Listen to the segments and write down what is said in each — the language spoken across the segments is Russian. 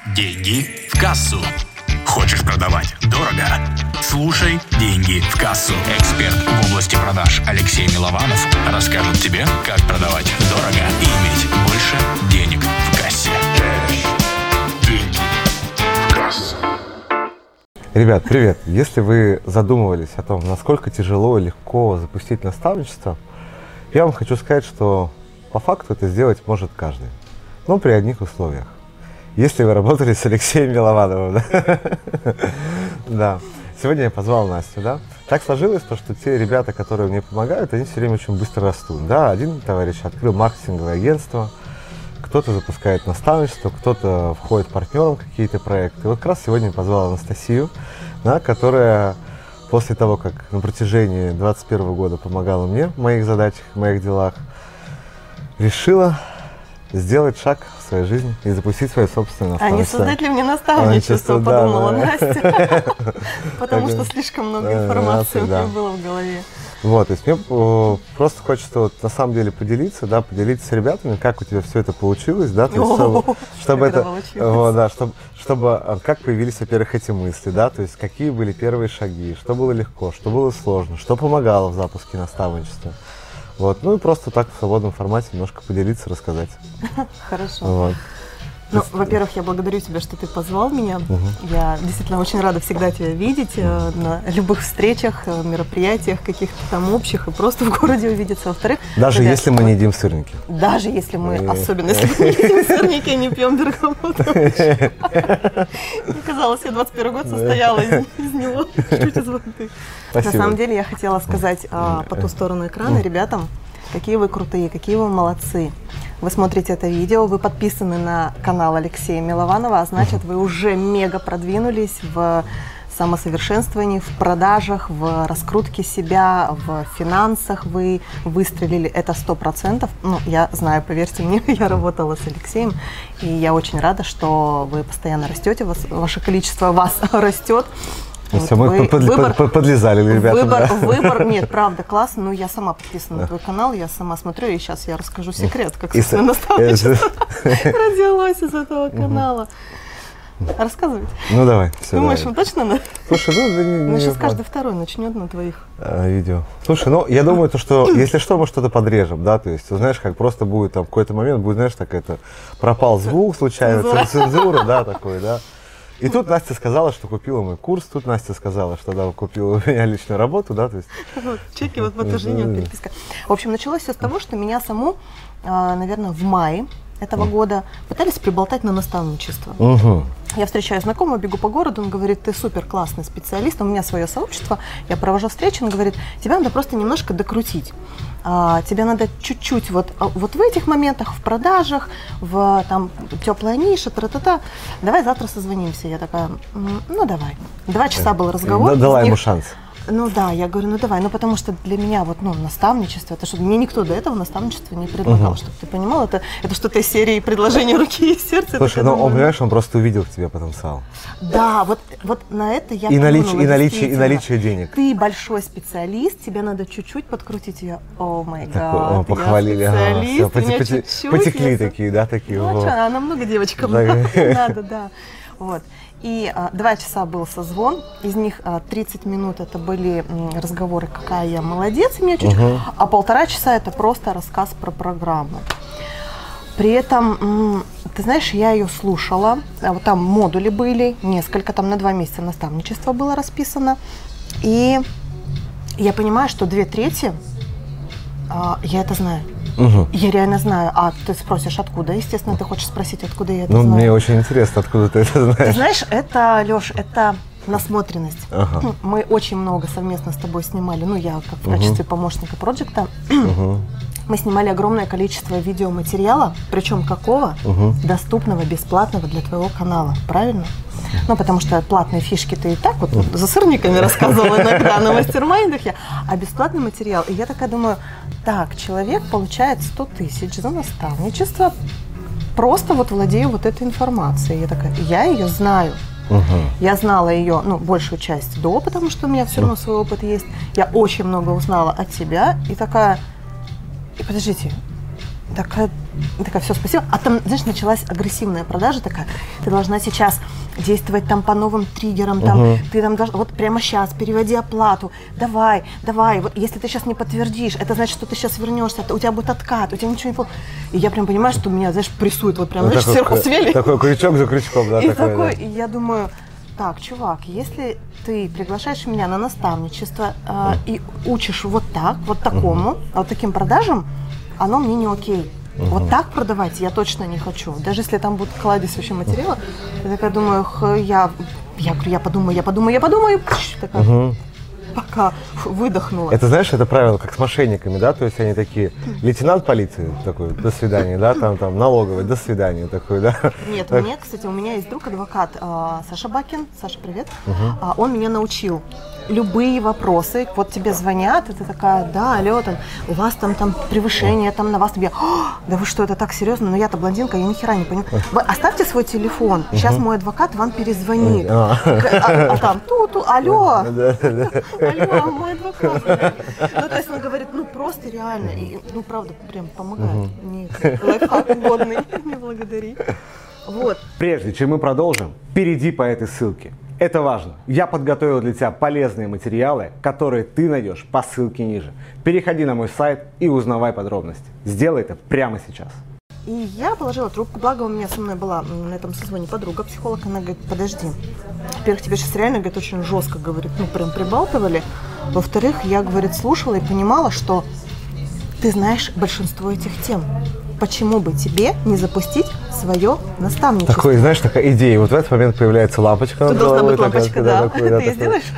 Деньги в кассу. Хочешь продавать дорого? Слушай «Деньги в кассу». Эксперт в области продаж Алексей Милованов расскажет тебе, как продавать дорого и иметь больше денег в кассе. Деньги в кассу. Ребят, привет! Если вы задумывались о том, насколько тяжело и легко запустить наставничество, я вам хочу сказать, что по факту это сделать может каждый, но при одних условиях. Если вы работали с Алексеем Миловановым, да. Сегодня я позвал Настю, да. Так сложилось, что те ребята, которые мне помогают, они все время очень быстро растут, да. Один товарищ открыл маркетинговое агентство, кто-то запускает наставничество, кто-то входит партнером в какие-то проекты. Вот как раз сегодня я позвал Анастасию, да, которая после того, как на протяжении 2021 года помогала мне в моих задачах, в моих делах, решила сделать шаг в своей жизни и запустить свое собственное наставничество. А не создать ли мне наставничество, подумала Настя, потому что слишком много информации у меня было в голове. Вот, то есть мне просто хочется вот на самом деле поделиться с ребятами, как у тебя все это получилось, да, то есть, чтобы это, вот, да, чтобы как появились, во-первых, эти мысли, да, то есть какие были первые шаги, что было легко, что было сложно, что помогало в запуске наставничества. Вот, ну и просто так в свободном формате немножко поделиться, рассказать. Хорошо. Вот. Ну, во-первых, я благодарю тебя, что ты позвал меня. Я действительно очень рада всегда тебя видеть на любых встречах, мероприятиях каких-то там общих и просто в городе увидеться. Во-вторых, даже если мы не едим сырники. Даже если мы, особенно если мы не едим сырники и не пьем бергамотовый чай. Мне казалось, я 21 год состояла из него, чуть из воды. На самом деле я хотела сказать по ту сторону экрана ребятам, какие вы крутые, какие вы молодцы. Вы смотрите это видео, вы подписаны на канал Алексея Милованова, а значит, вы уже мега продвинулись в самосовершенствовании, в продажах, в раскрутке себя, в финансах. Вы выстрелили, это 100%. Ну, я знаю, поверьте мне, я работала с Алексеем, и я очень рада, что вы постоянно растете, ваше количество вас растет. Вот все, мы подлезали, ребята. Выбор, нет, правда, классно. Ну, я сама подписана на твой канал, я сама смотрю, и сейчас я расскажу секрет, как, собственно, наставничество родилось из этого канала. Рассказывать? Ну, давай. Все, думаешь, он точно надо? Слушай, ну сейчас каждый второй начнет на твоих видео. Слушай, ну, я думаю, что, если что, мы что-то подрежем, да, то есть, знаешь, как просто будет там в какой-то момент, будет, знаешь, так это, пропал звук случайно, цензура, да, такой, да. И тут Настя сказала, что купила мой курс, тут Настя сказала, что да, купила у меня личную работу, да, то есть. Вот, чеки, вот подтверждение, вот переписка. В общем, началось все с того, что меня саму, наверное, в мае этого года пытались приболтать на наставничество. Я встречаю знакомого, бегу по городу, он говорит, ты супер классный специалист, у меня свое сообщество, я провожу встречу, он говорит, тебя надо просто немножко докрутить. Тебе надо чуть-чуть вот в этих моментах, в продажах, в там теплая ниша, тра-та-та. Давай завтра созвонимся. Я такая, ну давай. 2 часа был разговор. Дала ему шанс. Ну да, я говорю, ну давай, ну потому что для меня вот, ну, наставничество, это что, мне никто до этого наставничества не предлагал, чтобы ты понимал, это что-то из серии предложений руки и сердца. Слушай, ну он, понимаешь, он просто увидел в тебе потенциал. Да, вот на это я и наличие денег. Ты большой специалист, тебе надо чуть-чуть подкрутить ее. О май гад, похвалили, я потекли такие, да, такие. Ну что, она много девочкам надо, да. Вот. И 2 часа был созвон, из них 30 минут это были разговоры, какая я молодец, и меня чуть, а 1,5 часа это просто рассказ про программу. При этом, ты знаешь, я ее слушала, вот там модули были, несколько, там на 2 месяца наставничество было расписано, и я понимаю, что 2/3 я это знаю. Я реально знаю. А ты спросишь, откуда? Естественно, ты хочешь спросить, откуда я это знаю. Ну, мне очень интересно, откуда ты это знаешь. Ты знаешь, это, Лёш, это насмотренность. Мы очень много совместно с тобой снимали, ну, я как в качестве помощника проекта. Мы снимали огромное количество видеоматериала, причем какого? Доступного, бесплатного для твоего канала, правильно? Ну, потому что платные фишки ты и так вот за сырниками рассказывала иногда на мастер-майндах, а бесплатный материал. И я такая думаю, так, человек получает 100 000 за наставничество, просто вот владею вот этой информацией. Я такая, я ее знаю. Я знала ее, ну, большую часть до, потому что у меня все равно свой опыт есть. Я очень много узнала от тебя и такая, и подождите, так И такая, все, спасибо. А там, знаешь, началась агрессивная продажа такая. Ты должна сейчас действовать там по новым триггерам, там, ты там должна, вот прямо сейчас, переводи оплату, давай, вот если ты сейчас не подтвердишь, это значит, что ты сейчас вернешься, у тебя будет откат, у тебя ничего не получится. И я прям понимаю, что меня, знаешь, прессует, вот прям, знаешь, сверху свели. Такой крючок за крючком, да? И я думаю, так, чувак, если ты приглашаешь меня на наставничество и учишь вот так, вот такому, вот таким продажам, оно мне не окей. Вот так продавать я точно не хочу. Даже если там будут кладезь вообще материала, я такая думаю, я подумаю. Такая, пока выдохнула. Это, знаешь, это правило, как с мошенниками, да, то есть они такие, лейтенант полиции такой, до свидания, да, там налоговый, до свидания такой, да. Нет, кстати, у меня есть друг, адвокат Саша Бакин, Саша, привет, он меня научил. Любые вопросы, вот тебе звонят, и ты такая, да, алло, там, у вас там превышение, там на вас, тебе, да вы что, это так серьезно, но я-то блондинка, я ни хера не понимаю. Вы оставьте свой телефон, сейчас мой адвокат вам перезвонит. А там, алло, алло, мой адвокат. Ну, то есть он говорит, ну, просто реально, и, ну, правда, прям помогает. Лайфхак годный, не благодари. Вот. Прежде чем мы продолжим, перейди по этой ссылке. Это важно. Я подготовил для тебя полезные материалы, которые ты найдешь по ссылке ниже. Переходи на мой сайт и узнавай подробности. Сделай это прямо сейчас. И я положила трубку, благо у меня со мной была на этом созвоне подруга, психолог, она говорит, подожди. Во-первых, тебе сейчас реально, говорит, очень жестко, говорит, ну прям прибалтывали. Во-вторых, я, говорит, слушала и понимала, что ты знаешь большинство этих тем. Почему бы тебе не запустить свое наставничество? Такой, знаешь, такая идея. Вот в этот момент появляется лампочка. Тут должна быть лампочка, да. Ты ее сделаешь?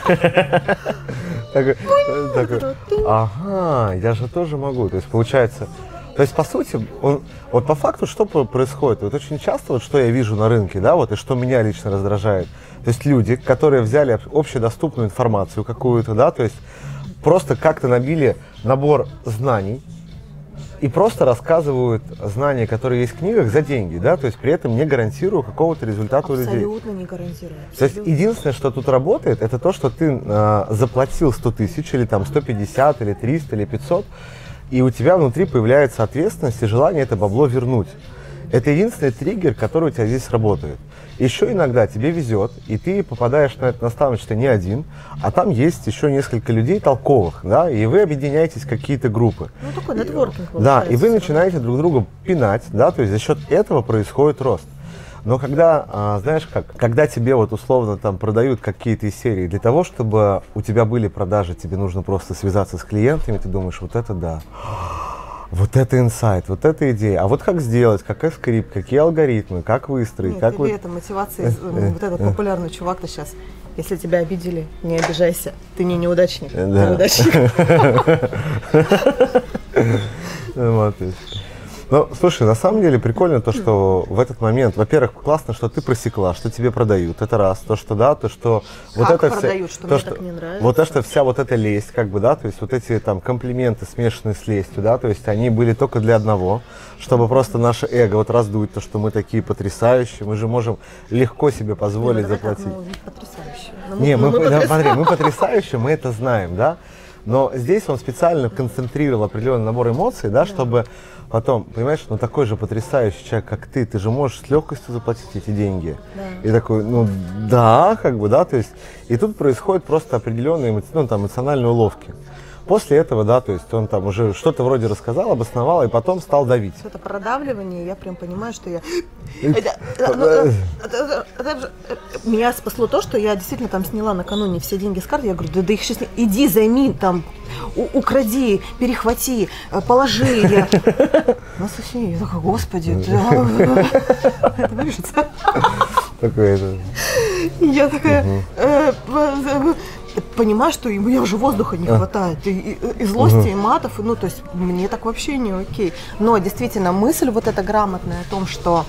Ага, я же тоже могу. То есть получается... То есть, по сути, вот по факту, что происходит? Вот очень часто, вот что я вижу на рынке, да, вот и что меня лично раздражает. То есть люди, которые взяли общедоступную информацию какую-то, да, то есть просто как-то набили набор знаний, и просто рассказывают знания, которые есть в книгах, за деньги, да, то есть при этом не гарантируя какого-то результата у людей. Абсолютно не гарантирую. То есть единственное, что тут работает, это то, что ты заплатил 100 тысяч, или там 150, или 300, или 500, и у тебя внутри появляется ответственность и желание это бабло вернуть. Это единственный триггер, который у тебя здесь работает. Еще иногда тебе везет, и ты попадаешь на это наставничество не один, а там есть еще несколько людей толковых, да, и вы объединяетесь в какие-то группы. Ну, такой нетворкинг. Да, и вы начинаете друг друга пинать, да, то есть за счет этого происходит рост. Но когда, знаешь как, когда тебе вот условно там продают какие-то из серий, для того, чтобы у тебя были продажи, тебе нужно просто связаться с клиентами, ты думаешь, вот это да. Вот это инсайт, вот эта идея. А вот как сделать, какой скрипт, какие алгоритмы, как выстроить? Нет, как тебе это мотивация, вот этот популярный чувак-то сейчас. Если тебя обидели, не обижайся. Ты не неудачник, ты неудачник. Ну, слушай, на самом деле прикольно то, что в этот момент, во-первых, классно, что ты просекла, что тебе продают, это раз, то, что, да, то, что... Как вот это продают, что мне так не нравится. Вот это вся вот эта лесть, как бы, да, то есть вот эти там комплименты, смешанные с лестью, да, то есть они были только для одного, чтобы просто наше эго вот раздуть, то, что мы такие потрясающие, мы же можем легко себе позволить заплатить. Смотри, мы потрясающие, мы это знаем, да, но здесь он специально концентрировал определенный набор эмоций, да, чтобы потом, понимаешь, ну такой же потрясающий человек, как ты же можешь с легкостью заплатить эти деньги. Да. И такой, ну да, как бы, да, то есть, и тут происходит просто определенные эмоциональные уловки. После этого, да, то есть он там уже что-то вроде рассказал, обосновал, и потом стал давить. Это продавливание, я прям понимаю, что я... Меня спасло то, что я действительно там сняла накануне все деньги с карты, я говорю, да их сейчас иди займи, там, укради, перехвати, положи. Ну, слушай, я такая, господи, это вырежется. Я такая... Понимаю, что у меня уже воздуха не хватает, и злости, и матов, ну, то есть мне так вообще не окей. Но действительно мысль вот эта грамотная о том, что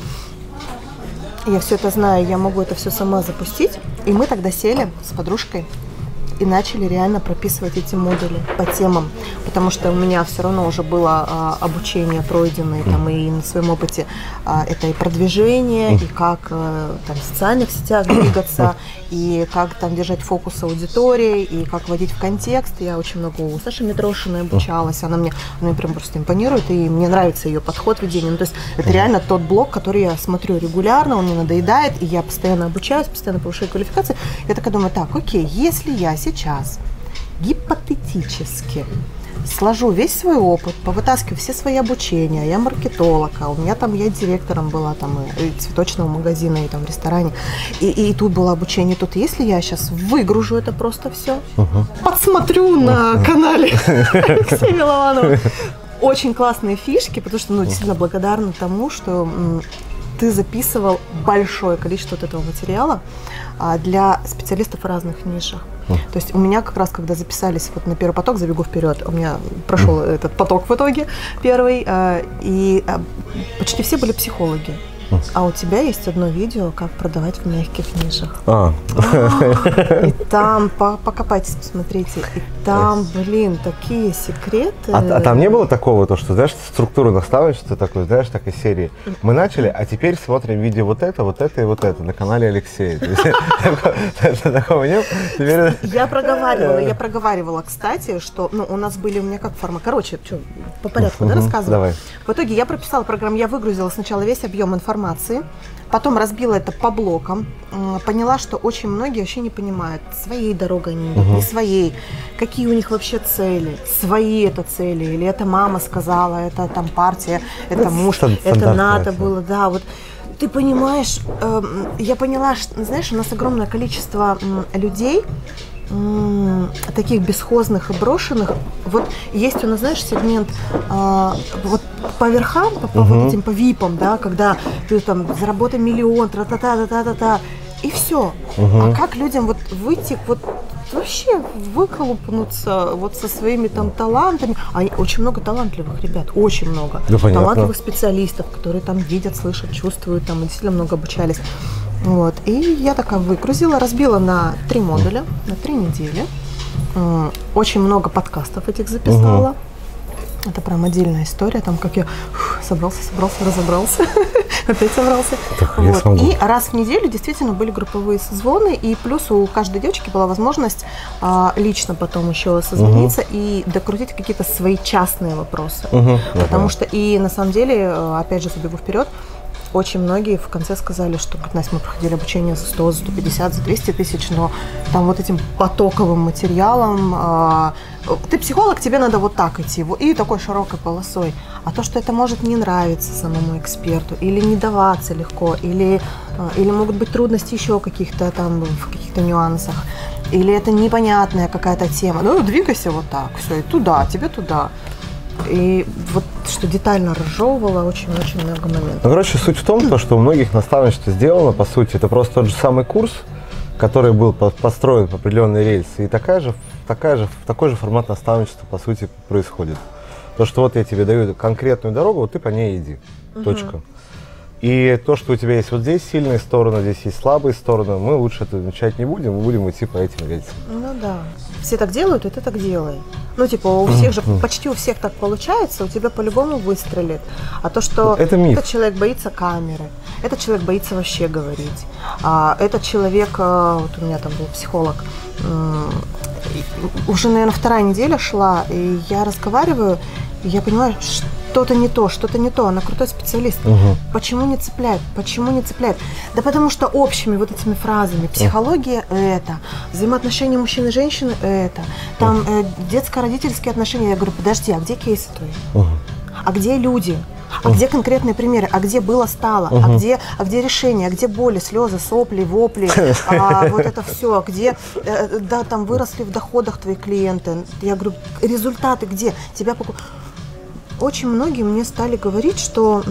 я все это знаю, я могу это все сама запустить, и мы тогда сели с подружкой и начали реально прописывать эти модули по темам, потому что у меня все равно уже было обучение пройденное, там, и на своем опыте это и продвижение, и как там, в социальных сетях двигаться, и как там держать фокус аудитории, и как вводить в контекст. Я очень много у Саши Митрошиной обучалась, она мне прям просто импонирует, и мне нравится ее подход ведения. Ну, то есть это реально тот блог, который я смотрю регулярно, он мне надоедает, и я постоянно обучаюсь, постоянно повышаю квалификацию. Я такая думаю, так, окей, если я сейчас гипотетически сложу весь свой опыт, повытаскиваю все свои обучения, я маркетолог, а у меня там, я директором была там и цветочного магазина, и там в ресторане, и тут было обучение, тут если я сейчас выгружу это просто все, подсмотрю на канале Алексея Милованова, очень классные фишки, потому что, действительно благодарна тому, что ты записывал большое количество вот этого материала для специалистов в разных нишах. То есть у меня как раз, когда записались вот на первый поток, забегу вперед, у меня прошел этот поток в итоге первый, и почти все были психологи. А у тебя есть одно видео, как продавать в мягких нишах. И там, покопайтесь, посмотрите, и там, такие секреты. А там не было такого, то, что, знаешь, структура наставничества такой, знаешь, такой серии. Мы начали, а теперь смотрим видео вот это и вот это на канале Алексея. Такого нет? Я проговаривала, кстати, что, у нас были, у меня как форма. Короче, по порядку, да, рассказываю? Давай. В итоге я прописала программу, я выгрузила сначала весь объем информации, потом разбила это по блокам, поняла, что очень многие вообще не понимают, своей дорогой они идут, не своей, какие у них вообще цели, свои это цели, или это мама сказала, это там партия, это муж, это надо было, да, вот. Ты понимаешь, я поняла, что, знаешь, у нас огромное количество людей, таких бесхозных и брошенных. Вот есть у нас, знаешь, сегмент вот по верхам, по вот этим, по випам, да, когда ты там заработай миллион, тра-та-та-та-та-та, и все. А как людям вот выйти, вот вообще выколупнуться вот со своими там талантами. Очень много талантливых ребят, очень много. Да, талантливых специалистов, которые там видят, слышат, чувствуют, там действительно много обучались. Вот. И я такая выгрузила, разбила на 3 модуля, на 3 недели. Очень много подкастов этих записала. Это прям отдельная история, там как я собрался, разобрался, опять собрался. Вот. И раз в неделю действительно были групповые созвоны, и плюс у каждой девочки была возможность лично потом еще созвониться и докрутить какие-то свои частные вопросы. Потому что, и на самом деле, опять же, забегу вперед, очень многие в конце сказали, что, Настя, мы проходили обучение за 100, за 150, за 200 тысяч, но там вот этим потоковым материалом, ты психолог, тебе надо вот так идти, и такой широкой полосой. А то, что это может не нравиться самому эксперту, или не даваться легко, или могут быть трудности еще каких-то там, в каких-то нюансах, или это непонятная какая-то тема. Двигайся вот так, все, и туда, тебе туда. И вот что детально разжевывала очень-очень много моментов. Суть в том, что у многих наставничество сделано, по сути, это просто тот же самый курс, который был построен по определенной рельсе, и такой же формат наставничества, по сути, происходит. То, что вот я тебе даю конкретную дорогу, вот ты по ней иди, точка. И то, что у тебя есть вот здесь сильные стороны, здесь есть слабые стороны, мы лучше это замечать не будем, мы будем идти по этим рельсам. Да. Все так делают, и ты так делай. У всех же, почти у всех так получается, у тебя по-любому выстрелит. А то, что этот человек боится камеры, этот человек боится вообще говорить, этот человек, вот у меня там был психолог, уже, наверное, 2-я неделя шла, и я разговариваю, и я понимаю, что-то не то, она крутой специалист. Почему не цепляет? Да потому что общими вот этими фразами психология это, взаимоотношения мужчины и женщины это, там детско-родительские отношения. Я говорю, подожди, а где кейсы твои? А где люди? А где конкретные примеры? А где было, стало? А где решения? А где боли, слезы, сопли, вопли? Вот это все. Где, да, там выросли в доходах твои клиенты? Я говорю, результаты где? Тебя покупают. Очень многие мне стали говорить, что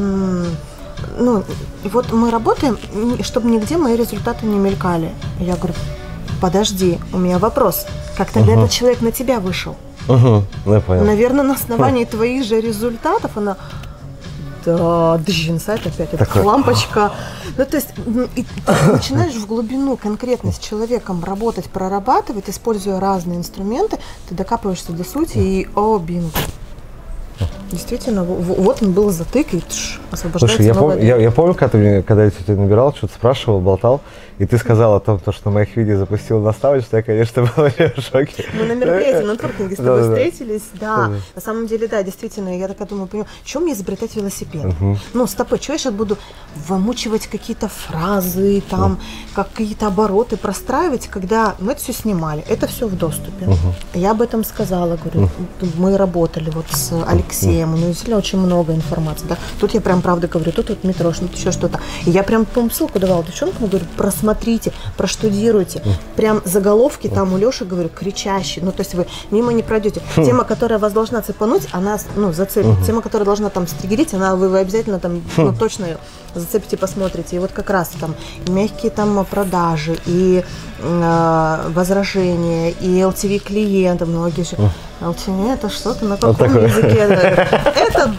вот мы работаем, чтобы нигде мои результаты не мелькали. Я говорю, подожди, у меня вопрос. Как тогда этот человек на тебя вышел? Я понял. Наверное, на основании твоих же результатов она... инсайт опять, это лампочка. Ну, то есть и ты начинаешь в глубину конкретно с человеком работать, прорабатывать, используя разные инструменты, ты докапываешься до сути и бинго. Действительно, вот он был затык, и освобождается. Слушай, я помню, когда я тебя набирал, что-то спрашивал, болтал, и ты сказал о том, что моих видео запустил наставничество, я, конечно, был в шоке. Мы на мероприятии, на нетворкинге с тобой встретились, да. На самом деле, да, действительно, я такая думаю, понимаю, чем мне изобретать велосипед? Ну, стопы, что я сейчас буду вымучивать какие-то фразы, там, какие-то обороты простраивать, когда мы это все снимали, это все в доступе. Я об этом сказала, говорю, мы работали вот с Алексеем, у него действительно очень много информации, да. Тут я прям правда говорю, тут вот метро, тут еще что-то. И я прям, по-моему, ссылку давала девчонкам, говорю, просмотрите, проштудируйте. Прям заголовки там у Леши, говорю, кричащие. Ну, то есть вы мимо не пройдете. Тема, которая вас должна цепануть, она, ну, зацепит. Тема, которая должна там стригерить, она, вы обязательно там, ну, точно ее зацепите, посмотрите. И вот как раз там мягкие там продажи, и возражения, и LTV клиентов, многие же. LTV это что-то на каком языке? Это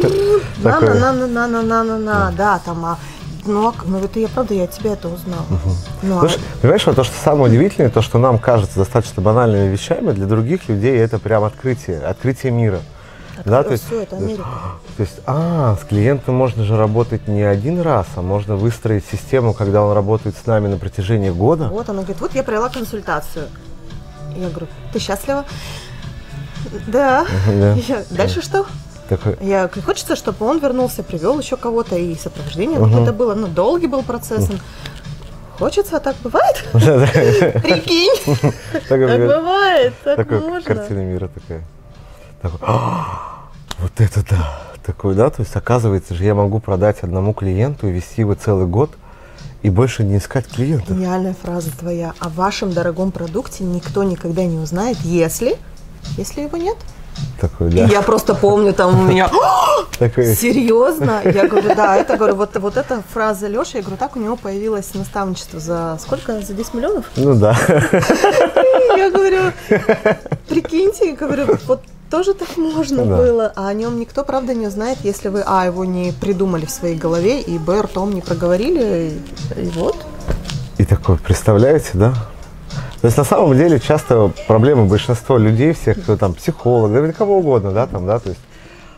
на, да, там, ну это я, правда, я от тебя это узнала. Слушай, понимаешь, вот то, что самое удивительное, то, что нам кажется достаточно банальными вещами, для других людей это прям открытие мира. Да, то есть, все, это Америка. То есть, с клиентом можно же работать не один раз, а можно выстроить систему, когда он работает с нами на протяжении года. Вот она говорит, вот я провела консультацию. Я говорю, ты счастлива? Да. Дальше что? Я хочется, чтобы он вернулся, привел еще кого-то, и сопровождение какое-то было. Ну, долгий был процесс. Хочется, так бывает? Прикинь. Так бывает, так можно. Картина мира такая. Вот это да. Такой, да, то есть оказывается же я могу продать одному клиенту и вести его целый год и больше не искать клиентов. Гениальная фраза твоя. О вашем дорогом продукте никто никогда не узнает, если его нет. Такой, да. И я просто помню, там у меня серьезно? Я говорю, да, это, говорю, вот эта фраза Леши, я говорю, так у него появилось наставничество за сколько? За 10 миллионов? Ну да. Я говорю, прикиньте, я говорю, вот тоже так можно было, а о нем никто, правда, не узнает, если вы, его не придумали в своей голове, и, ртом не проговорили, и вот. И такой, представляете, да? То есть на самом деле часто проблемы большинства людей, всех, кто там психолог, да, кого угодно, да, там, да, то есть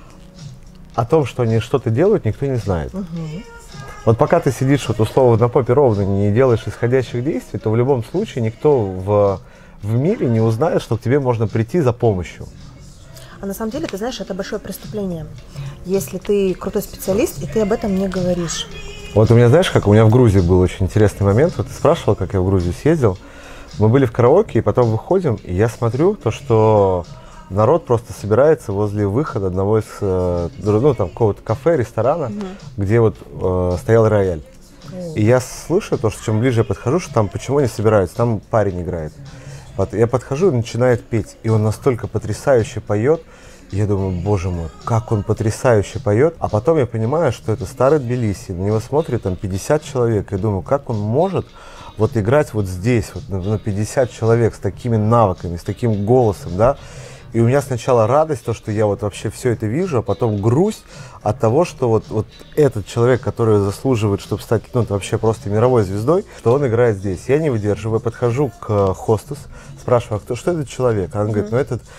о том, что они что-то делают, никто не знает. Вот пока ты сидишь вот условно на попе ровно, не делаешь исходящих действий, то в любом случае никто в мире не узнает, что к тебе можно прийти за помощью. А на самом деле, ты знаешь, это большое преступление, если ты крутой специалист, и ты об этом не говоришь. Вот у меня, знаешь, как у меня в Грузии был очень интересный момент. Вот ты спрашивал, как я в Грузию съездил. Мы были в караоке, и потом выходим, и я смотрю то, что народ просто собирается возле выхода одного из, ну, там, какого-то кафе, ресторана, где вот стоял рояль. И я слышу то, что чем ближе я подхожу, что там почему они собираются, там парень играет. Вот я подхожу, он начинает петь, и он настолько потрясающе поет. Я думаю, боже мой, как он потрясающе поет. А потом я понимаю, что это старый Тбилиси, на него смотрит там 50 человек. Я думаю, как он может вот играть вот здесь, вот на 50 человек с такими навыками, с таким голосом, да. И у меня сначала радость, то, что я вот вообще все это вижу, а потом грусть от того, что вот этот человек, который заслуживает, чтобы стать, ну, вообще просто мировой звездой, что он играет здесь. Я не выдерживаю, подхожу к хостес, спрашиваю, что этот человек? Она говорит, ну, этот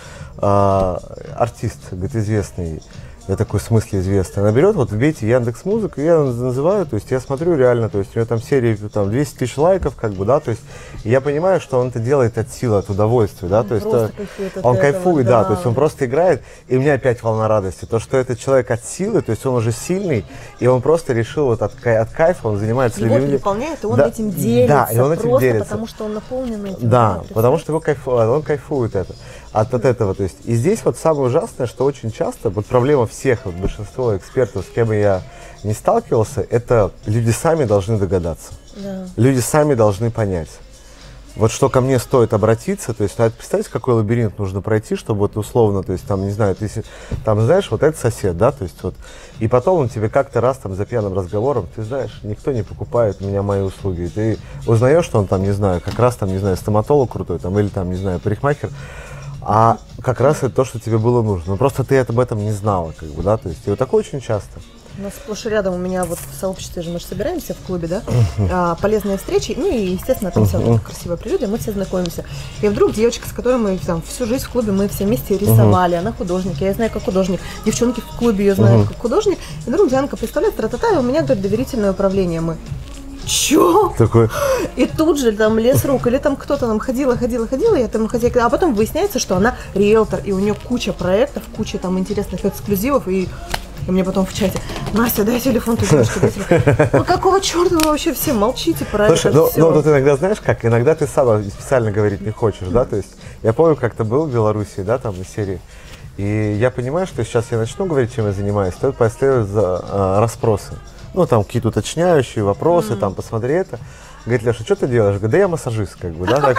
артист, говорит, известный. Я такой, в смысле известный? Она берет, вот вбейте Яндекс.Музыку, я называю, то есть я смотрю реально, то есть у него там серии там 200 тысяч лайков, как бы, да, то есть я понимаю, что он это делает от силы, от удовольствия, да, то есть он кайфует, да, то есть он просто играет, и у меня опять волна радости, то, что этот человек от силы, то есть он уже сильный, и он просто решил вот от кайфа, он занимается любым. Его выполняет, и он этим делится, да, и он этим просто делится. Потому что он наполнен этим. Да, потому что он кайфует от этого, то есть, и здесь вот самое ужасное, что очень часто, вот проблема всех, вот большинство экспертов, с кем я не сталкивался, это люди сами должны догадаться, люди сами должны понять. Вот что ко мне стоит обратиться, то есть, представьте, какой лабиринт нужно пройти, чтобы вот условно, то есть, там, не знаю, ты там, знаешь, вот этот сосед, да, то есть, вот, и потом он тебе как-то раз там за пьяным разговором, ты знаешь, никто не покупает у меня мои услуги, и ты узнаешь, что он там, не знаю, как раз там, не знаю, стоматолог крутой, там, или там, не знаю, парикмахер, а как раз это то, что тебе было нужно. Но просто ты об этом не знала, как бы, да, то есть, и вот такое очень часто. У нас сплошь и рядом, у меня вот в сообществе же мы же собираемся в клубе, да, полезные встречи, ну и, естественно, там вся вот красивая прелюдия, мы все знакомимся. И вдруг девочка, с которой мы там всю жизнь в клубе, мы все вместе рисовали, она художник, я ее знаю как художник, девчонки в клубе ее знают как художник, и вдруг Дианка представляет, тра-та-та, и у меня, говорит, доверительное управление, мы. Чё? Такой. И тут же там лес рук, или там кто-то там ходила, я там хозяйка, а потом выясняется, что она риэлтор, и у нее куча проектов, куча там интересных эксклюзивов, и мне потом в чате: Настя, дай телефон, ты девушка, дай телефон. Ну какого черта вы вообще все молчите про Слушай, это все? Ну тут иногда, знаешь как, иногда ты сам специально говорить не хочешь, да, то есть я помню, как-то был в Беларуси, да, там из серии, и я понимаю, что сейчас я начну говорить, чем я занимаюсь, то последуют расспросы. Ну, там какие-то уточняющие вопросы, там, посмотри это. Говорит: Леша, что ты делаешь? Говорю: да я массажист, как бы, да,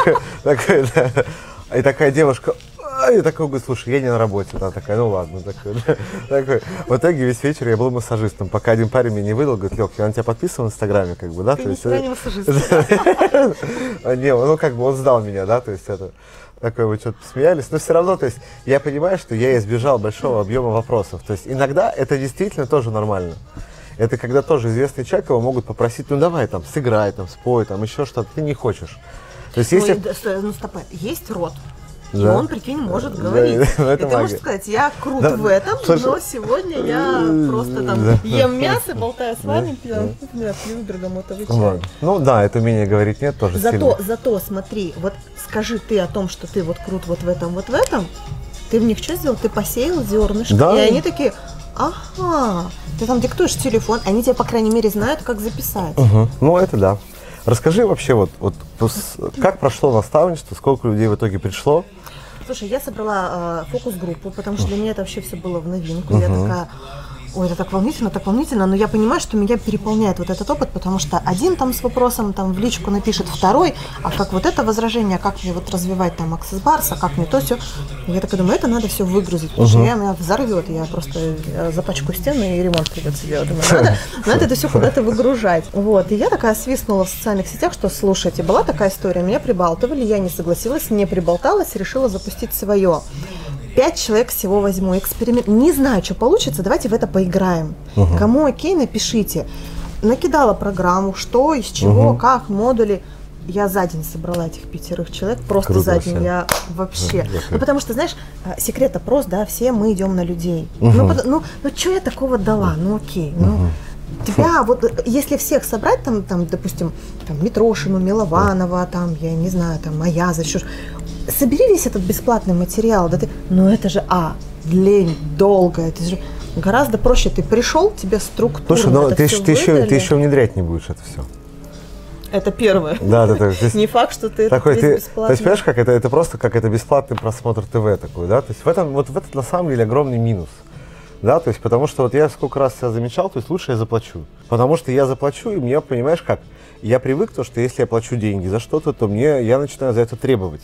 да. И такая девушка, и такой говорит: слушай, я не на работе. Она такая: ну ладно, такой. В итоге весь вечер я был массажистом, пока один парень мне не выдал, говорит: Лёх, я на тебя подписан в Инстаграме, как бы, да. Ты не массажист. Не, ну, как бы он сдал меня, да, то есть это... Такой вы что-то посмеялись, но все равно, то есть я понимаю, что я избежал большого объема вопросов. То есть иногда это действительно тоже нормально. Это когда тоже известный человек, его могут попросить: ну давай там сыграй, там спой, там еще что-то, ты не хочешь. То есть если... Ну стоп, есть рот. И Да. он, прикинь, может говорить. Да, и ты можешь сказать: я крут в этом, но сегодня я просто там ем мясо, болтаю с вами, пью бергамотовый чай. Ну да, это умение говорить нет тоже сильно. Зато смотри, вот скажи ты о том, что ты вот крут вот в этом, ты в них что сделал? Ты посеял зернышко, Да. и они такие: ага, ты там диктуешь телефон, они тебя, по крайней мере, знают, как записать. Ну это да. Расскажи вообще, вот как прошло наставничество, сколько людей в итоге пришло? Слушай, я собрала фокус-группу, потому что для меня это вообще все было в новинку. Я такая: ой, это так волнительно, но я понимаю, что меня переполняет вот этот опыт, потому что один там с вопросом там в личку напишет, второй, а как вот это возражение, как мне вот развивать там Access Bars, а как мне то все. Я такая думаю, это надо все выгрузить, потому что меня взорвет, я просто запачкаю стены и ремонт придется делать. Думаю, надо это все куда-то выгружать. Вот, и я такая свистнула в социальных сетях, что слушайте, была такая история, меня прибалтывали, я не согласилась, не приболталась, решила запустить свое. 5 человек всего возьму, эксперимент. Не знаю, что получится, давайте в это поиграем. Кому окей, напишите. Накидала программу, что, из чего, как, модули. Я за день собрала этих 5 человек, просто Круто за день. вообще. Я вообще. Ну, потому что, знаешь, секрет прост, да, все мы идем на людей. Ну, что я такого дала? Ну, окей, тебя, вот если всех собрать, там, допустим, там, Митрошину, Милованова, там, я не знаю, там, Аяза, еще собери весь этот бесплатный материал, да ты, ну это же, лень, долго, это же гораздо проще, ты пришел, тебе структурно. Слушай, но это ты выдали. еще внедрять не будешь это все. Это первое. Да. Не факт, что ты такой, это бесплатно. То есть, понимаешь, как это просто как это бесплатный просмотр ТВ такой, да? То есть в этом на самом деле огромный минус. Да, то есть, потому что вот я сколько раз себя замечал, то есть лучше я заплачу. Потому что я заплачу, и мне, понимаешь, как, я привык то, что если я плачу деньги за что-то, то я начинаю за это требовать.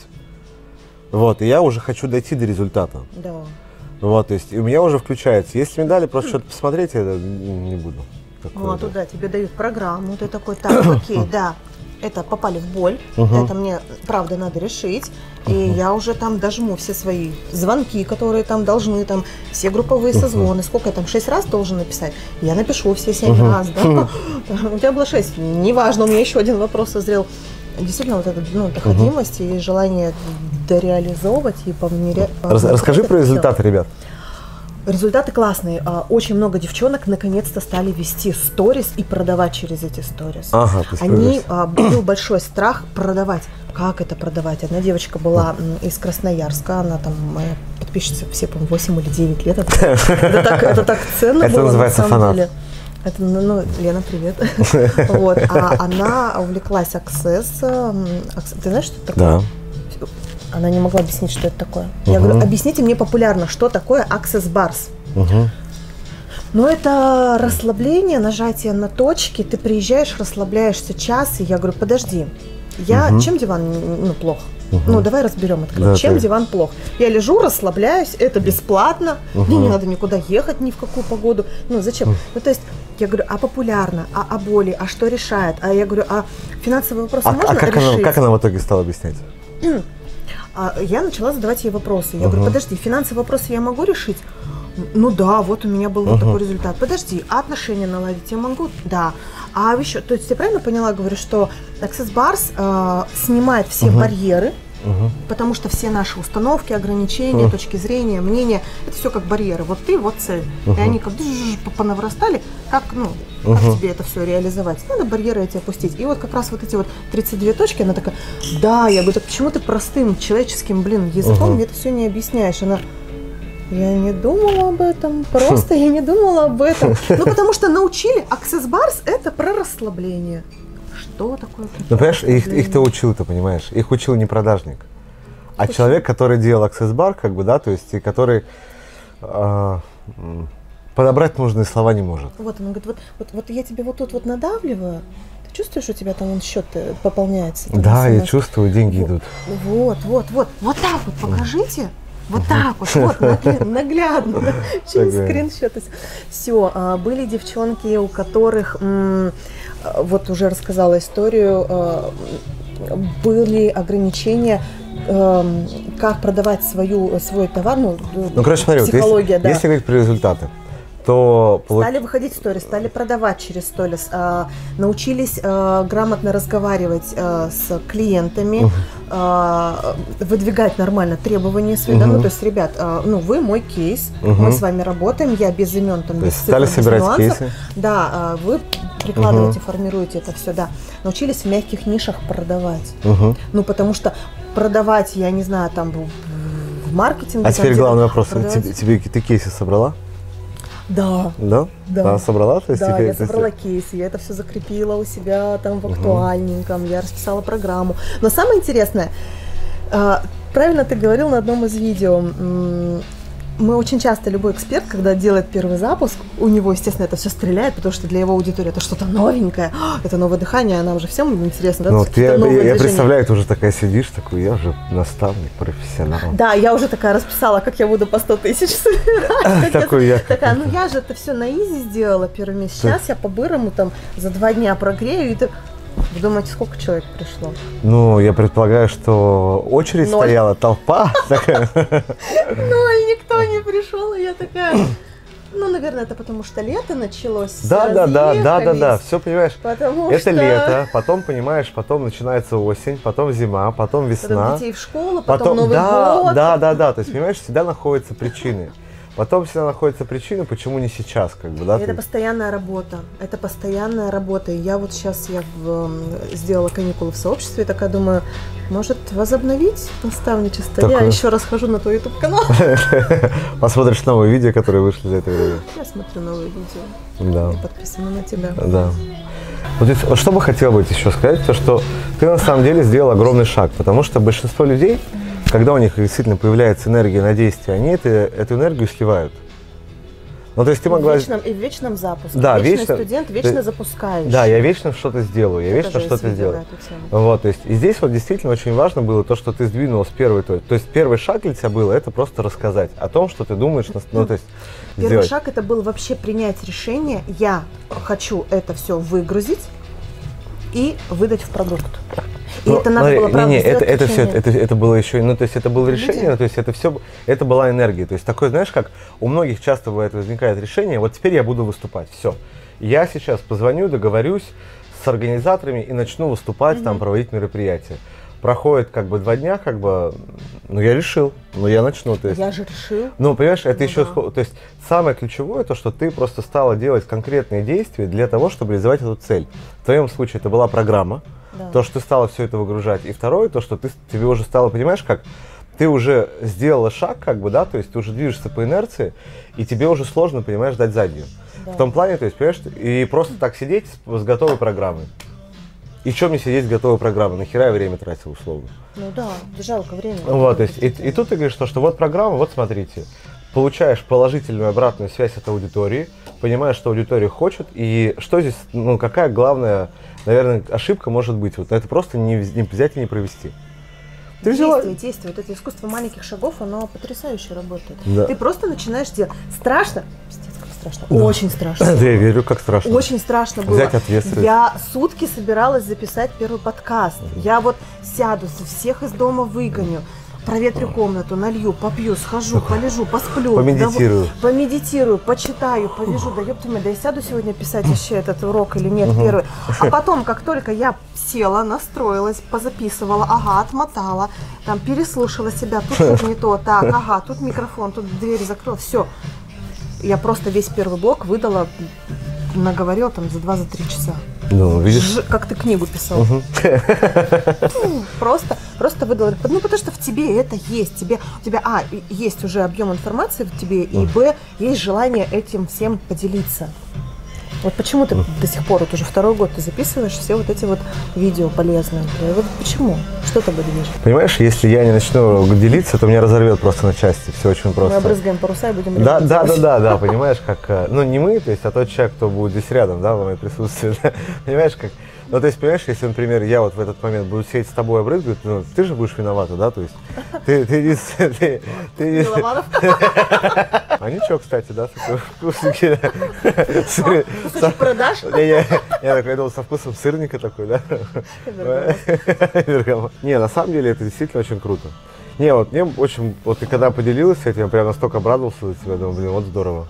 Вот, и я уже хочу дойти до результата. Да. Вот, то есть, и у меня уже включается. Если мне дали просто что-то посмотреть, я не буду. Вот, туда тебе дают программу, ты такой: так, окей, да, это попали в боль, это мне, правда, надо решить, и я уже там дожму все свои звонки, которые там должны, там, все групповые созвоны, сколько я там, 6 раз должен написать, я напишу все 7 раз, да, у тебя было 6, неважно, у меня еще один вопрос созрел. Действительно, вот эта доходимость и желание дореализовывать и померять. Расскажи про результаты, ребят. Результаты классные. Очень много девчонок наконец-то стали вести сторис и продавать через эти сторис. Ага, был большой страх продавать. Как это продавать? Одна девочка была из Красноярска, она там моя подписчица, все, по-моему, 8 или 9 лет. Это так ценно было. Это называется фанат. Это, Лена, привет. Вот. А она увлеклась Access. Ты знаешь, что это такое? Да. Она не могла объяснить, что это такое. Я говорю: объясните мне популярно, что такое Access Bars. Ну, это расслабление, нажатие на точки, ты приезжаешь, расслабляешься час, и я говорю: подожди, чем диван плох? Ну, давай разберем это. Да, чем диван плох? Я лежу, расслабляюсь, это бесплатно, мне не надо никуда ехать ни в какую погоду. Ну, зачем? Ну, то есть, я говорю: а популярно, а боли, а что решает? А я говорю: а финансовые вопросы можно решить? Как она в итоге стала объяснять? Я начала задавать ей вопросы. Я говорю: подожди, финансовые вопросы я могу решить? Ну да, вот у меня был вот такой результат. Подожди, а отношения наладить я могу? Да. А еще, то есть я правильно поняла, говорю, что Access Bars снимает все барьеры, потому что все наши установки, ограничения, точки зрения, мнения, это все как барьеры. Вот ты, вот цель. И они как понаврастали, как тебе это все реализовать? Надо барьеры эти опустить. И вот как раз вот эти вот 32 точки, она такая, да, я говорю, так почему ты простым человеческим, языком мне это все не объясняешь? Она, я не думала об этом, просто я не думала об этом. Ну, потому что научили, Access Bars это про расслабление. Что такое? Ну, понимаешь, их ты учил, ты понимаешь, их учил не продажник, а человек, который делал Access Bar, как бы, да, то есть, и который подобрать нужные слова не может. Вот он говорит, вот я тебе вот тут вот надавливаю, ты чувствуешь, у тебя там счет пополняется? Да, я чувствую, деньги идут. Вот так вот покажите. Вот так вот, наглядно, да, через скриншоты. Все, были девчонки, у которых, вот уже рассказала историю, были ограничения, как продавать свой товар, короче, смотри, психология, вот если говорить про результаты, то... Стали выходить в сторис, стали продавать через сторис, научились грамотно разговаривать с клиентами, выдвигать нормально требования свои. Да? Ну, то есть, ребят, вы мой кейс, мы с вами работаем, я без имен, там, без цифр, без нюансов. Кейсы. Да, вы прикладываете, формируете это все, да. Научились в мягких нишах продавать. Ну, потому что продавать, я не знаю, там, в маркетинге... А теперь главный вопрос, ты кейсы собрала? Да. Да? Да, собрала? То есть да, я собрала кейсы, я это все закрепила у себя там в актуальненьком, я расписала программу. Но самое интересное, правильно ты говорил на одном из видео, мы очень часто, любой эксперт, когда делает первый запуск, у него, естественно, это все стреляет, потому что для его аудитории это что-то новенькое, это новое дыхание, нам же всем интересно, да? Я представляю, ты уже такая сидишь, такой, я уже наставник, профессионал. Да, я уже такая расписала, как я буду по 100 тысяч собирать. Такая, я же это все на изи сделала первый месяц, сейчас я по-бырому там за 2 дня прогрею, и вы думаете, сколько человек пришло? Ну, я предполагаю, что очередь стояла, толпа такая. 0, никто не пришел, и я такая... Ну, наверное, это потому что лето началось. Да, все, понимаешь, это лето, потом, понимаешь, потом начинается осень, потом зима, потом весна. Потом детей в школу, потом Новый год. Да, то есть, понимаешь, всегда находятся причины. Потом всегда находятся причины, почему не сейчас, как бы, да? Это постоянная работа. И я вот сейчас сделала каникулы в сообществе, и такая думаю, может, возобновить наставничество? Я еще раз хожу на твой YouTube-канал. Посмотришь новые видео, которые вышли за это время. Я смотрю новые видео. Да. Я подписана на тебя. Да. Вот что бы хотел бы еще сказать, то что ты на самом деле сделал огромный шаг, потому что большинство людей, когда у них действительно появляется энергия на действие, они эту энергию сливают. Ну, то есть ты могла... И в вечном запуске. Да, вечный студент, вечно запускающий. Да, я вечно что-то сделаю, я вечно что-то сделаю. Вот, то есть, и здесь вот действительно очень важно было то, что ты сдвинула с первой точки. То есть первый шаг для тебя был, это просто рассказать о том, что ты думаешь, ну, то есть первый шаг это был вообще принять решение, я хочу это все выгрузить и выдать в продукт. И это надо было, правда, это было еще, ну, то есть это было решение, то есть это все, это была энергия. То есть такое, знаешь, как у многих часто бывает, возникает решение, вот теперь я буду выступать, все. Я сейчас позвоню, договорюсь с организаторами и начну выступать, там, проводить мероприятия. Проходит как бы 2 дня, как бы, ну, я решил, ну, я начну, то есть. Я же решил. Ну, понимаешь, это еще, то есть самое ключевое, то, что ты просто стала делать конкретные действия для того, чтобы реализовать эту цель. В твоем случае это была программа. Да. То, что ты стала все это выгружать. И второе, то, что тебе уже стало, понимаешь, как ты уже сделала шаг, как бы, да, то есть ты уже движешься по инерции, и тебе уже сложно, понимаешь, дать заднюю. Да. В том плане, то есть, понимаешь, и просто так сидеть с готовой программой. И что мне сидеть с готовой программой? Нахера я время тратил, условно? Ну да, жалко время. Вот, то есть, и тут ты говоришь, что вот программа, вот смотрите, получаешь положительную обратную связь от аудитории, понимаешь, что аудитория хочет, и что здесь, ну, какая главная, наверное, ошибка может быть? Вот это просто не взять и не провести. Действие. Вот это искусство маленьких шагов, оно потрясающе работает. Да. Ты просто начинаешь делать. Страшно? Пиздец, как страшно. Да. Очень страшно. Да, я верю, как страшно. Очень страшно было. Взять ответственность. Я сутки собиралась записать первый подкаст. Я вот сяду, всех из дома выгоню. проветрю комнату, налью, попью, схожу, полежу, посплю. Помедитирую. Помедитирую, почитаю, повяжу. Да ёпта, да я сяду сегодня писать еще этот урок или нет, первый. А потом, как только я села, настроилась, позаписывала, ага, отмотала, там переслушала себя, тут не то, так, ага, тут микрофон, тут дверь закрыла, все. Я просто весь первый блок выдала, наговорила там за 2-3 часа. Ну, видишь? Как ты книгу писал. Просто выдала. Ну, потому что в тебе это есть. У тебя, есть уже объем информации в тебе, и, есть желание этим всем поделиться. Вот почему ты до сих пор, вот уже 2-й год ты записываешь все вот эти вот видео полезные. Вот почему? Что тобой движет? Понимаешь, если я не начну делиться, то меня разорвет просто на части. Все очень просто. Мы обрызгаем паруса и будем Да, понимаешь, как, ну не мы, то есть, а тот человек, кто будет здесь рядом, да, в моем присутствии, да, понимаешь, как, ну то есть, понимаешь, если, например, я вот в этот момент буду сидеть с тобой обрызгивать, ну ты же будешь виновата, да, то есть, ты Милованов. А ничего, кстати, да, такой вкусненький, Кусочек продаж? Я такой думал, со вкусом сырника такой, да. Не, на самом деле это действительно очень круто. Не, вот мне очень, вот ты когда поделилась этим, я прям настолько обрадовался за тебя, думаю, блин, вот здорово.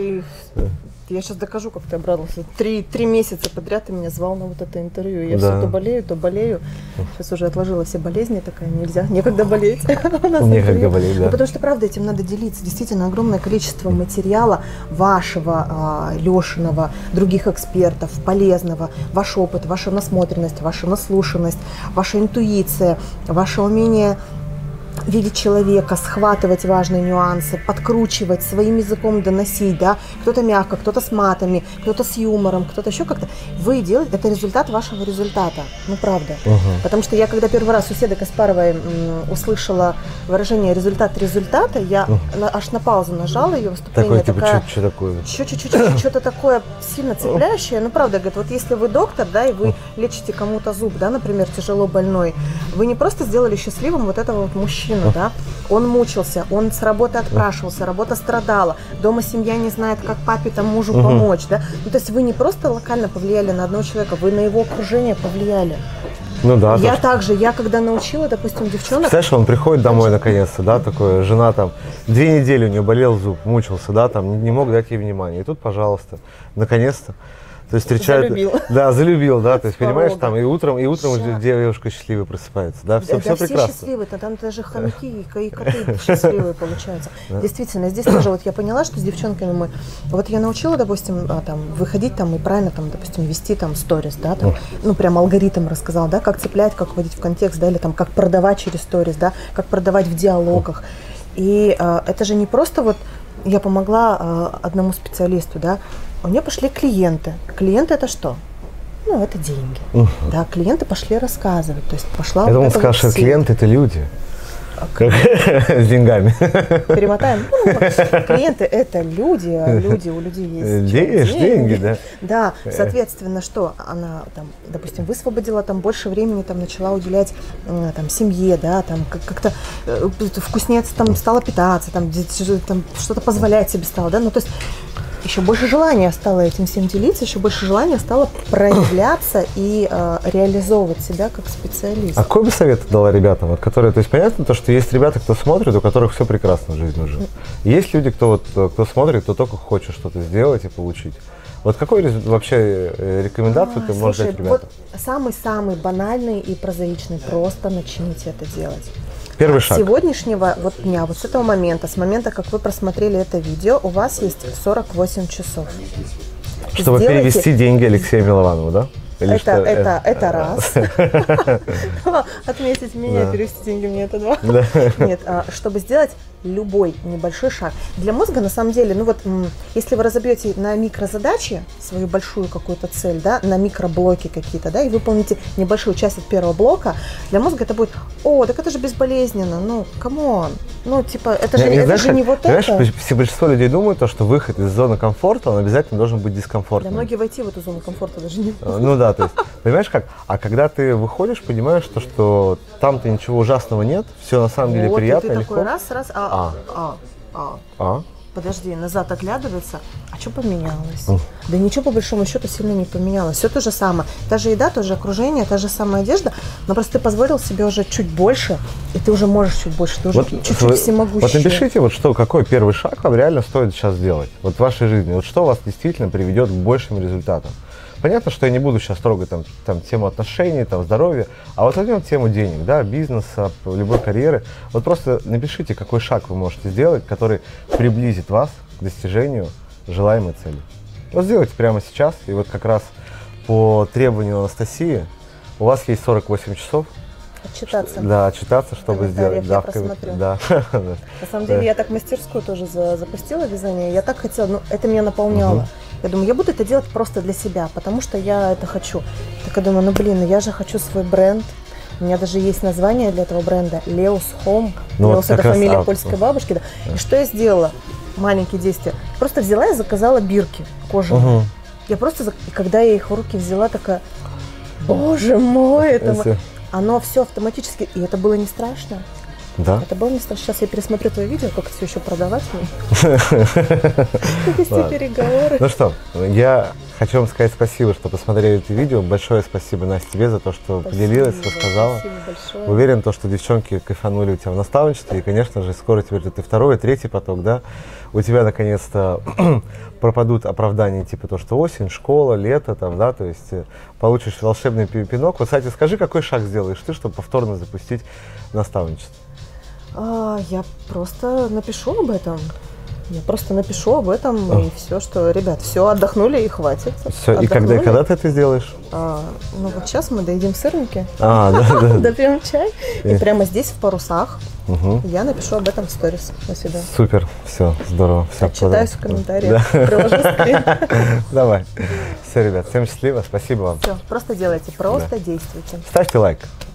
Я сейчас докажу, как ты обрадовался. 3 месяца подряд ты меня звал на вот это интервью. Я все то болею. Сейчас уже отложила все болезни, такая нельзя, некогда болеть. Некогда болеть, да. Ну, потому что, правда, этим надо делиться. Действительно, огромное количество материала вашего, Лешиного, других экспертов, полезного. Ваш опыт, ваша насмотренность, ваша наслушанность, ваша интуиция, ваше умение видеть человека, схватывать важные нюансы, подкручивать, своим языком доносить, да, кто-то мягко, кто-то с матами, кто-то с юмором, кто-то еще как-то. Вы делаете, это результат вашего результата, ну правда. Потому что я когда первый раз у Седы Каспаровой услышала выражение результат результата, я аж на паузу нажала ее выступление. Такое, что такое? Что-то такое сильно цепляющее. Ну правда, говорит, вот если вы доктор, да, и вы лечите кому-то зуб, да, например, тяжело больной, вы не просто сделали счастливым вот этого вот мужчину, да, он мучился, он с работы отпрашивался, работа страдала, дома семья не знает, как папе, там, мужу помочь, да, ну, то есть вы не просто локально повлияли на одного человека, вы на его окружение повлияли. Ну да. Я также, я когда научила, допустим, девчонок... Представляешь, он приходит домой наконец-то, да, такое, жена там, 2 недели у нее болел зуб, мучился, да, там, не мог дать ей внимания, и тут, пожалуйста, наконец-то. То есть встречают, залюбил, да, то есть понимаешь, там и утром девушка счастливая просыпается, да, все прекрасно. Все счастливые, там даже хомяки и коты счастливые получаются. Действительно, здесь тоже вот я поняла, что с девчонками мы, вот я научила, допустим, там выходить там и правильно там, допустим, вести там сторис, да, там, ну прям алгоритм рассказал, да, как цеплять, как вводить в контекст, да, или там как продавать через сторис, да, как продавать в диалогах. И это же не просто вот я помогла одному специалисту, да. У нее пошли клиенты. Клиенты это что? Ну, это деньги. Да, клиенты пошли рассказывать. То есть пошла. Я думал, скажешь, что клиенты это люди. С деньгами. Перемотаем. Клиенты это люди, а люди у людей есть деньги, да. Да, соответственно, что она там, допустим, высвободила там больше времени, там начала уделять там семье, да, там как-то вкуснее там стала питаться, там что-то позволять себе стала, да, ну то есть еще больше желания стало этим всем делиться, еще больше желания стало проявляться и реализовывать себя как специалист. А какой бы совет ты дала ребятам, вот, которые, то есть понятно то, что есть ребята, кто смотрит, у которых все прекрасно в жизни уже. Есть люди, кто смотрит, кто только хочет что-то сделать и получить. Вот какой вообще рекомендацию ты можешь дать ребятам? Вот самый-самый банальный и прозаичный, просто начните это делать. Первый шаг. С сегодняшнего дня, вот с этого момента, с момента, как вы просмотрели это видео, у вас есть 48 часов. Чтобы перевести деньги Алексею Милованову, да? Это раз. Отметить меня, перевести деньги мне это 2. Нет, чтобы сделать любой небольшой шаг. Для мозга, на самом деле, ну вот, если вы разобьете на микрозадачи свою большую какую-то цель, да, на микроблоки какие-то, да, и выполните небольшую часть от первого блока, для мозга это будет, так это же безболезненно, ну, камон, ну, типа, это же не вот это. Знаешь, большинство людей думают, что выход из зоны комфорта, он обязательно должен быть дискомфортным. Для многих войти в эту зону комфорта даже не может. Ну да, то есть, понимаешь как, а когда ты выходишь, понимаешь, что там-то ничего ужасного нет, все на самом деле приятно, ты легко. Такой раз, подожди, назад оглядывается, а что поменялось? Да ничего по большому счету сильно не поменялось. Все то же самое. Та же еда, то же окружение, та же самая одежда, но просто ты позволил себе уже чуть больше, и ты уже можешь чуть больше, ты уже чуть-чуть всемогущий. Вот напишите, вот что, какой первый шаг вам реально стоит сейчас сделать, вот в вашей жизни, вот что вас действительно приведет к большим результатам. Понятно, что я не буду сейчас трогать там тему отношений, там, здоровья, а вот возьмем тему денег, да, бизнеса, любой карьеры. Вот просто напишите, какой шаг вы можете сделать, который приблизит вас к достижению желаемой цели. Вот сделайте прямо сейчас, и вот как раз по требованию Анастасии у вас есть 48 часов. Отчитаться. Да, отчитаться, чтобы сделать. Я просмотрю. Да. На самом деле, я так мастерскую тоже запустила вязание, я так хотела, ну, это меня наполняло. Я думаю, я буду это делать просто для себя, потому что я это хочу. Так я думаю, ну блин, я же хочу свой бренд. У меня даже есть название для этого бренда Leos Home. Ну, Leos это фамилия польской бабушки. Да. И что я сделала? Маленькие действия. Просто взяла и заказала бирки кожаные. Я просто, когда я их в руки взяла, такая, боже мой, это... Оно все автоматически, и это было не страшно. Да. Это было не страшно. Сейчас я пересмотрю твое видео, как все еще продавать мне. Вести переговоры. Ну что, я хочу вам сказать спасибо, что посмотрели это видео. Большое спасибо, Настя, тебе за то, что поделилась, рассказала. Спасибо большое. Уверен, что девчонки кайфанули у тебя в наставничестве. И, конечно же, скоро теперь ты второй, третий поток, да? У тебя наконец-то пропадут оправдания типа то, что осень, школа, лето, там, да, то есть получишь волшебный пинок. Вот, кстати, скажи, какой шаг сделаешь ты, чтобы повторно запустить наставничество? Я просто напишу об этом. И все, что, ребят, все, отдохнули и хватит. Все, и когда ты это сделаешь? Ну вот сейчас мы доедим сырники, да. допьем чай, и прямо здесь в Парусах я напишу об этом в сторис на себя. Супер, все, здорово. Отчитаюсь в комментариях, приложу скрин. Давай. Все, ребят, всем счастливо, спасибо вам. Все, просто делайте, просто действуйте. Ставьте лайк.